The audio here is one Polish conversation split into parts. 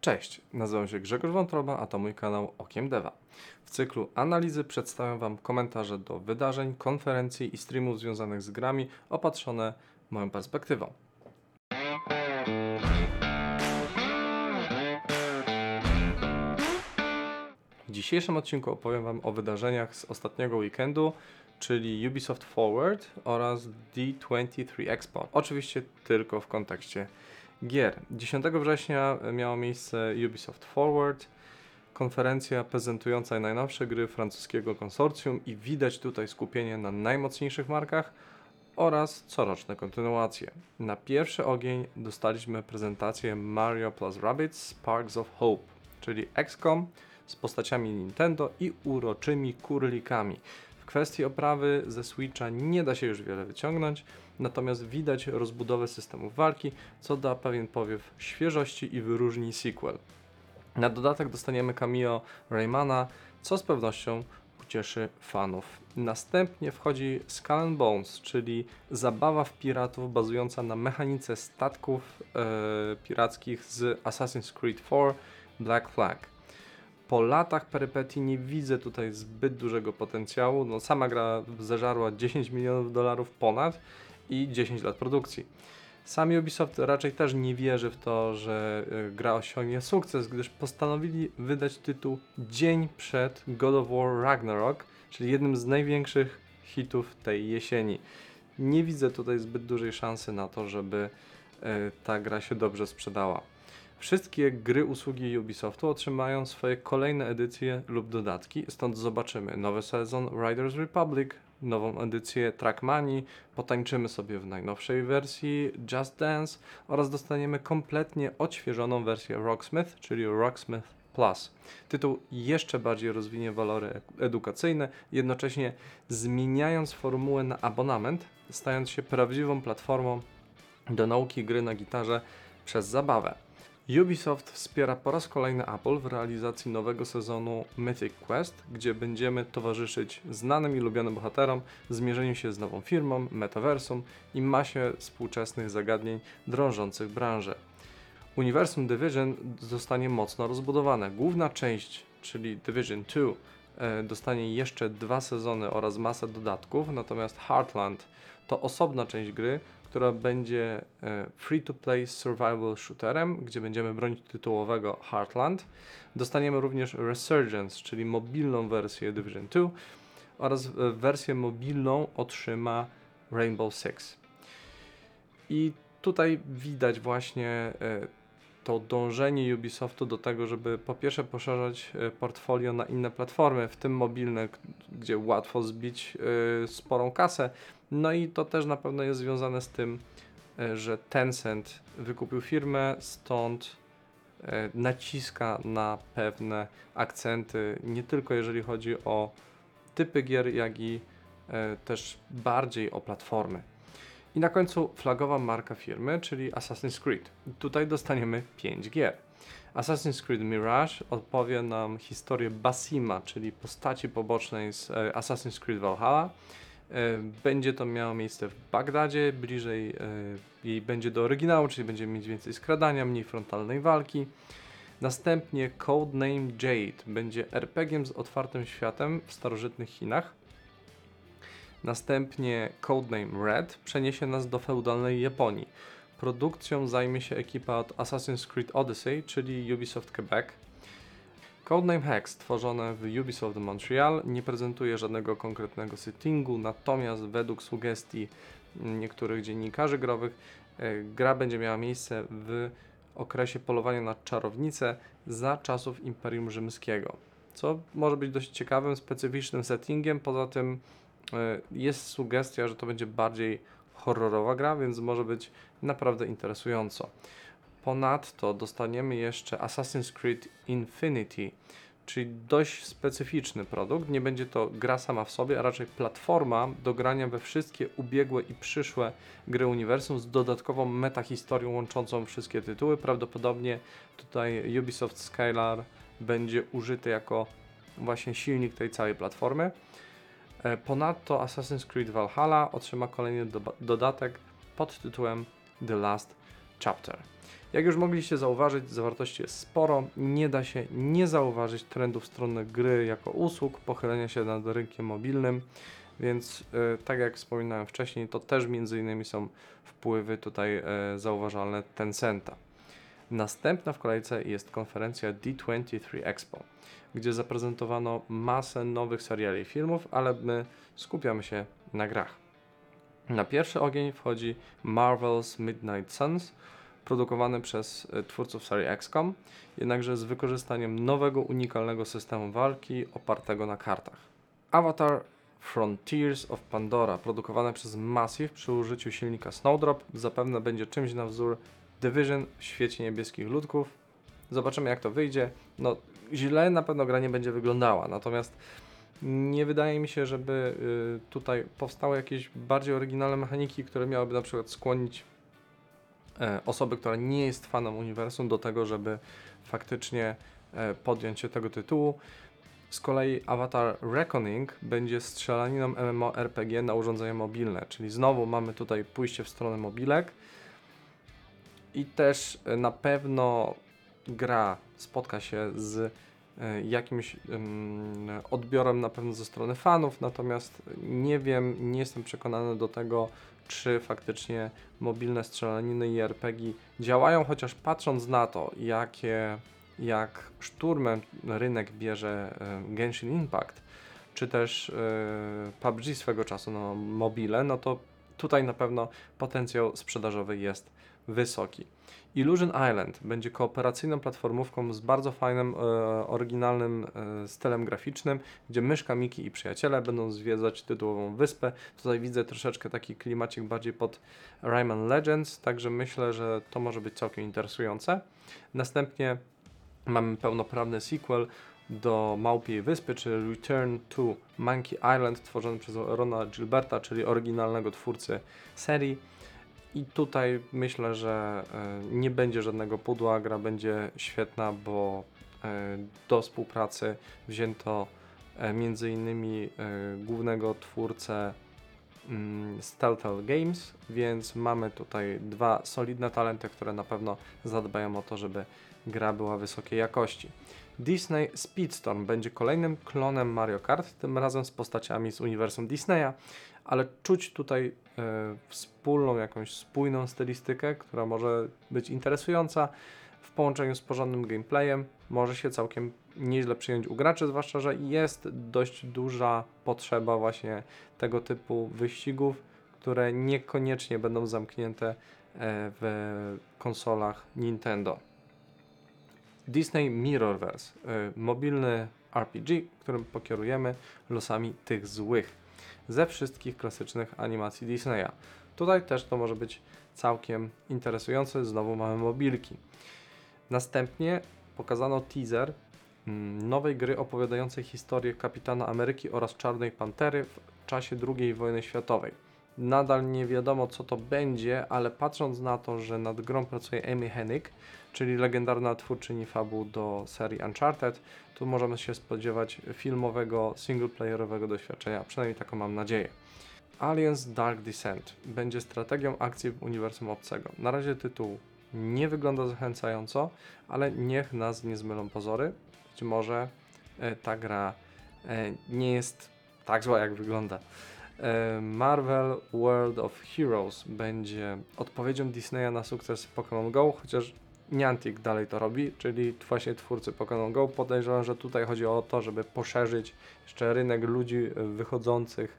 Cześć, nazywam się Grzegorz Wątroba, a to mój kanał Okiem Deva. W cyklu analizy przedstawiam Wam komentarze do wydarzeń, konferencji i streamów związanych z grami opatrzone moją perspektywą. W dzisiejszym odcinku opowiem Wam o wydarzeniach z ostatniego weekendu, czyli Ubisoft Forward oraz D23 Expo. Oczywiście tylko w kontekście gier. 10 września miało miejsce Ubisoft Forward, konferencja prezentująca najnowsze gry francuskiego konsorcjum i widać tutaj skupienie na najmocniejszych markach oraz coroczne kontynuacje. Na pierwszy ogień dostaliśmy prezentację Mario plus Rabbids Sparks of Hope, czyli XCOM z postaciami Nintendo i uroczymi kurlikami. W kwestii oprawy ze Switcha nie da się już wiele wyciągnąć, natomiast widać rozbudowę systemów walki, co da pewien powiew świeżości i wyróżni sequel. Na dodatek dostaniemy cameo Raymana, co z pewnością ucieszy fanów. Następnie wchodzi Skull and Bones, czyli zabawa w piratów bazująca na mechanice statków pirackich z Assassin's Creed 4 Black Flag. Po latach perypetii nie widzę tutaj zbyt dużego potencjału. No, sama gra zeżarła $10 milionów ponad i 10 lat produkcji. Sam Ubisoft raczej też nie wierzy w to, że gra osiągnie sukces, gdyż postanowili wydać tytuł dzień przed God of War Ragnarok, czyli jednym z największych hitów tej jesieni. Nie widzę tutaj zbyt dużej szansy na to, żeby ta gra się dobrze sprzedała. Wszystkie gry, usługi Ubisoftu otrzymają swoje kolejne edycje lub dodatki, stąd zobaczymy nowy sezon Riders Republic, nową edycję Trackmanii, potańczymy sobie w najnowszej wersji Just Dance oraz dostaniemy kompletnie odświeżoną wersję Rocksmith, czyli Rocksmith Plus. Tytuł jeszcze bardziej rozwinie walory edukacyjne, jednocześnie zmieniając formułę na abonament, stając się prawdziwą platformą do nauki gry na gitarze przez zabawę. Ubisoft wspiera po raz kolejny Apple w realizacji nowego sezonu Mythic Quest, gdzie będziemy towarzyszyć znanym i lubianym bohaterom w zmierzeniu się z nową firmą, metaversum i masie współczesnych zagadnień drążących branżę. Uniwersum Division zostanie mocno rozbudowane. Główna część, czyli Division 2, dostanie jeszcze 2 sezony oraz masę dodatków, natomiast Heartland to osobna część gry, która będzie free-to-play survival shooterem, gdzie będziemy bronić tytułowego Heartland. Dostaniemy również Resurgence, czyli mobilną wersję Division 2 oraz wersję mobilną otrzyma Rainbow Six. I tutaj widać właśnie to dążenie Ubisoftu do tego, żeby po pierwsze poszerzać portfolio na inne platformy, w tym mobilne, gdzie łatwo zbić sporą kasę. No i to też na pewno jest związane z tym, że Tencent wykupił firmę, stąd naciska na pewne akcenty, nie tylko jeżeli chodzi o typy gier, jak i też bardziej o platformy. I na końcu flagowa marka firmy, czyli Assassin's Creed. Tutaj dostaniemy 5 gier. Assassin's Creed Mirage opowie nam historię Basima, czyli postaci pobocznej z Assassin's Creed Valhalla. Będzie to miało miejsce w Bagdadzie, bliżej jej będzie do oryginału, czyli będziemy mieć więcej skradania, mniej frontalnej walki. Następnie Codename Jade będzie RPG-iem z otwartym światem w starożytnych Chinach. Następnie Codename Red przeniesie nas do feudalnej Japonii. Produkcją zajmie się ekipa od Assassin's Creed Odyssey, czyli Ubisoft Quebec. Codename Hex, stworzone w Ubisoft Montreal, nie prezentuje żadnego konkretnego settingu, natomiast według sugestii niektórych dziennikarzy growych gra będzie miała miejsce w okresie polowania na czarownice za czasów Imperium Rzymskiego, co może być dość ciekawym, specyficznym settingiem. Poza tym jest sugestia, że to będzie bardziej horrorowa gra, więc może być naprawdę interesująco. Ponadto dostaniemy jeszcze Assassin's Creed Infinity, czyli dość specyficzny produkt. Nie będzie to gra sama w sobie, a raczej platforma do grania we wszystkie ubiegłe i przyszłe gry uniwersum z dodatkową metahistorią łączącą wszystkie tytuły. Prawdopodobnie tutaj Ubisoft Scalar będzie użyty jako właśnie silnik tej całej platformy. Ponadto Assassin's Creed Valhalla otrzyma kolejny dodatek pod tytułem The Last Chapter. Jak już mogliście zauważyć, zawartości jest sporo, nie da się nie zauważyć trendu w stronę gry jako usług, pochylenia się nad rynkiem mobilnym, więc tak jak wspominałem wcześniej, to też między innymi są wpływy tutaj zauważalne Tencenta. Następna w kolejce jest konferencja D23 Expo, gdzie zaprezentowano masę nowych seriali i filmów, ale my skupiamy się na grach. Na pierwszy ogień wchodzi Marvel's Midnight Suns, produkowany przez twórców serii XCOM, jednakże z wykorzystaniem nowego, unikalnego systemu walki opartego na kartach. Avatar Frontiers of Pandora, produkowane przez Massive przy użyciu silnika Snowdrop, zapewne będzie czymś na wzór Division w świecie niebieskich ludków. Zobaczymy, jak to wyjdzie. No, źle na pewno gra nie będzie wyglądała, natomiast nie wydaje mi się, żeby tutaj powstały jakieś bardziej oryginalne mechaniki, które miałyby na przykład skłonić osoby, która nie jest fanem uniwersum, do tego, żeby faktycznie podjąć się tego tytułu. Z kolei Avatar Reckoning będzie strzelaniną MMORPG na urządzenia mobilne, czyli znowu mamy tutaj pójście w stronę mobilek i też na pewno gra spotka się z jakimś odbiorem na pewno ze strony fanów, natomiast nie wiem, nie jestem przekonany do tego, czy faktycznie mobilne strzelaniny i RPG działają, chociaż patrząc na to, jak szturmem rynek bierze Genshin Impact, czy też PUBG swego czasu na mobile, no to tutaj na pewno potencjał sprzedażowy jest wysoki. Illusion Island będzie kooperacyjną platformówką z bardzo fajnym, oryginalnym stylem graficznym, gdzie myszka, Miki i przyjaciele będą zwiedzać tytułową wyspę. Tutaj widzę troszeczkę taki klimacik bardziej pod Rayman Legends, także myślę, że to może być całkiem interesujące. Następnie mamy pełnoprawny sequel do Małpiej Wyspy, czyli Return to Monkey Island, tworzony przez Rona Gilberta, czyli oryginalnego twórcy serii. I tutaj myślę, że nie będzie żadnego pudła, gra będzie świetna, bo do współpracy wzięto między innymi głównego twórcę z Telltale Games, więc mamy tutaj dwa solidne talenty, które na pewno zadbają o to, żeby gra była wysokiej jakości. Disney Speedstorm będzie kolejnym klonem Mario Kart, tym razem z postaciami z uniwersum Disneya, ale czuć tutaj wspólną, jakąś spójną stylistykę, która może być interesująca w połączeniu z porządnym gameplayem. Może się całkiem nieźle przyjąć u graczy, zwłaszcza, że jest dość duża potrzeba właśnie tego typu wyścigów, które niekoniecznie będą zamknięte w konsolach Nintendo. Disney Mirrorverse, mobilny RPG, którym pokierujemy losami tych złych ze wszystkich klasycznych animacji Disneya. Tutaj też to może być całkiem interesujące, znowu mamy mobilki. Następnie pokazano teaser nowej gry opowiadającej historię Kapitana Ameryki oraz Czarnej Pantery w czasie II wojny światowej. Nadal nie wiadomo, co to będzie, ale patrząc na to, że nad grą pracuje Amy Hennig, czyli legendarna twórczyni fabuł do serii Uncharted, tu możemy się spodziewać filmowego, singleplayerowego doświadczenia, przynajmniej taką mam nadzieję. Aliens Dark Descent będzie strategią akcji w uniwersum obcego. Na razie tytuł nie wygląda zachęcająco, ale niech nas nie zmylą pozory. Być może ta gra nie jest tak zła, jak wygląda. Marvel World of Heroes będzie odpowiedzią Disneya na sukces Pokémon Go, chociaż Niantic dalej to robi, czyli właśnie twórcy Pokémon Go. Podejrzewam, że tutaj chodzi o to, żeby poszerzyć jeszcze rynek ludzi wychodzących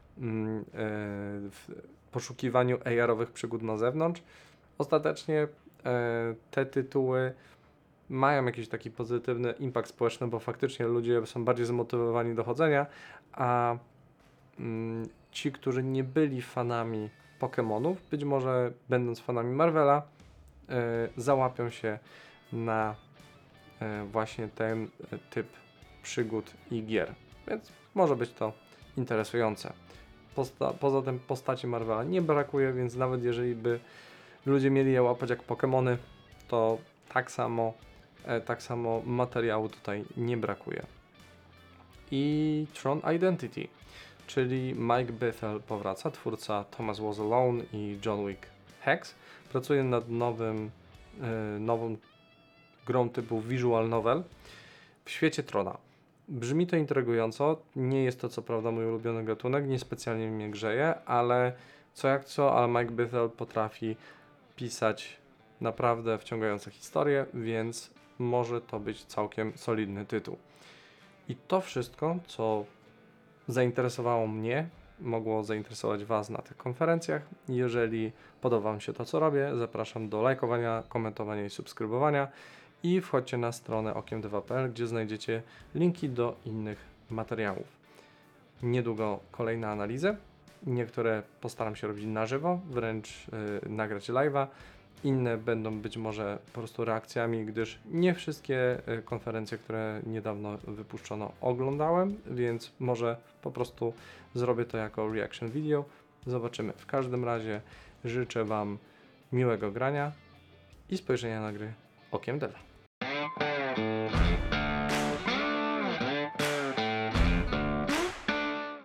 w poszukiwaniu AR-owych przygód na zewnątrz. Ostatecznie te tytuły mają jakiś taki pozytywny impact społeczny, bo faktycznie ludzie są bardziej zmotywowani do chodzenia, a ci, którzy nie byli fanami Pokémonów, być może będąc fanami Marvela, załapią się na właśnie ten typ przygód i gier, więc może być to interesujące. Poza tym postaci Marvela nie brakuje, więc nawet jeżeli by ludzie mieli je łapać jak Pokémony, to tak samo materiału tutaj nie brakuje. I Tron Identity, czyli Mike Bethel powraca, twórca Thomas Was Alone i John Wick Hex, pracuje nad nowym nową grą typu visual novel w świecie Trona. Brzmi to intrygująco, nie jest to co prawda mój ulubiony gatunek, niespecjalnie mnie grzeje, ale co jak co, ale Mike Bithell potrafi pisać naprawdę wciągające historie, więc może to być całkiem solidny tytuł. I to wszystko, co zainteresowało mnie, mogło zainteresować Was na tych konferencjach. Jeżeli podoba Wam się to, co robię, zapraszam do lajkowania, komentowania i subskrybowania i wchodźcie na stronę okiemdewa.pl, gdzie znajdziecie linki do innych materiałów. Niedługo kolejne analizy. Niektóre postaram się robić na żywo, wręcz nagrać live'a. Inne będą być może po prostu reakcjami, gdyż nie wszystkie konferencje, które niedawno wypuszczono, oglądałem, więc może po prostu zrobię to jako reaction video. Zobaczymy. W każdym razie życzę Wam miłego grania i spojrzenia na gry okiem Deva.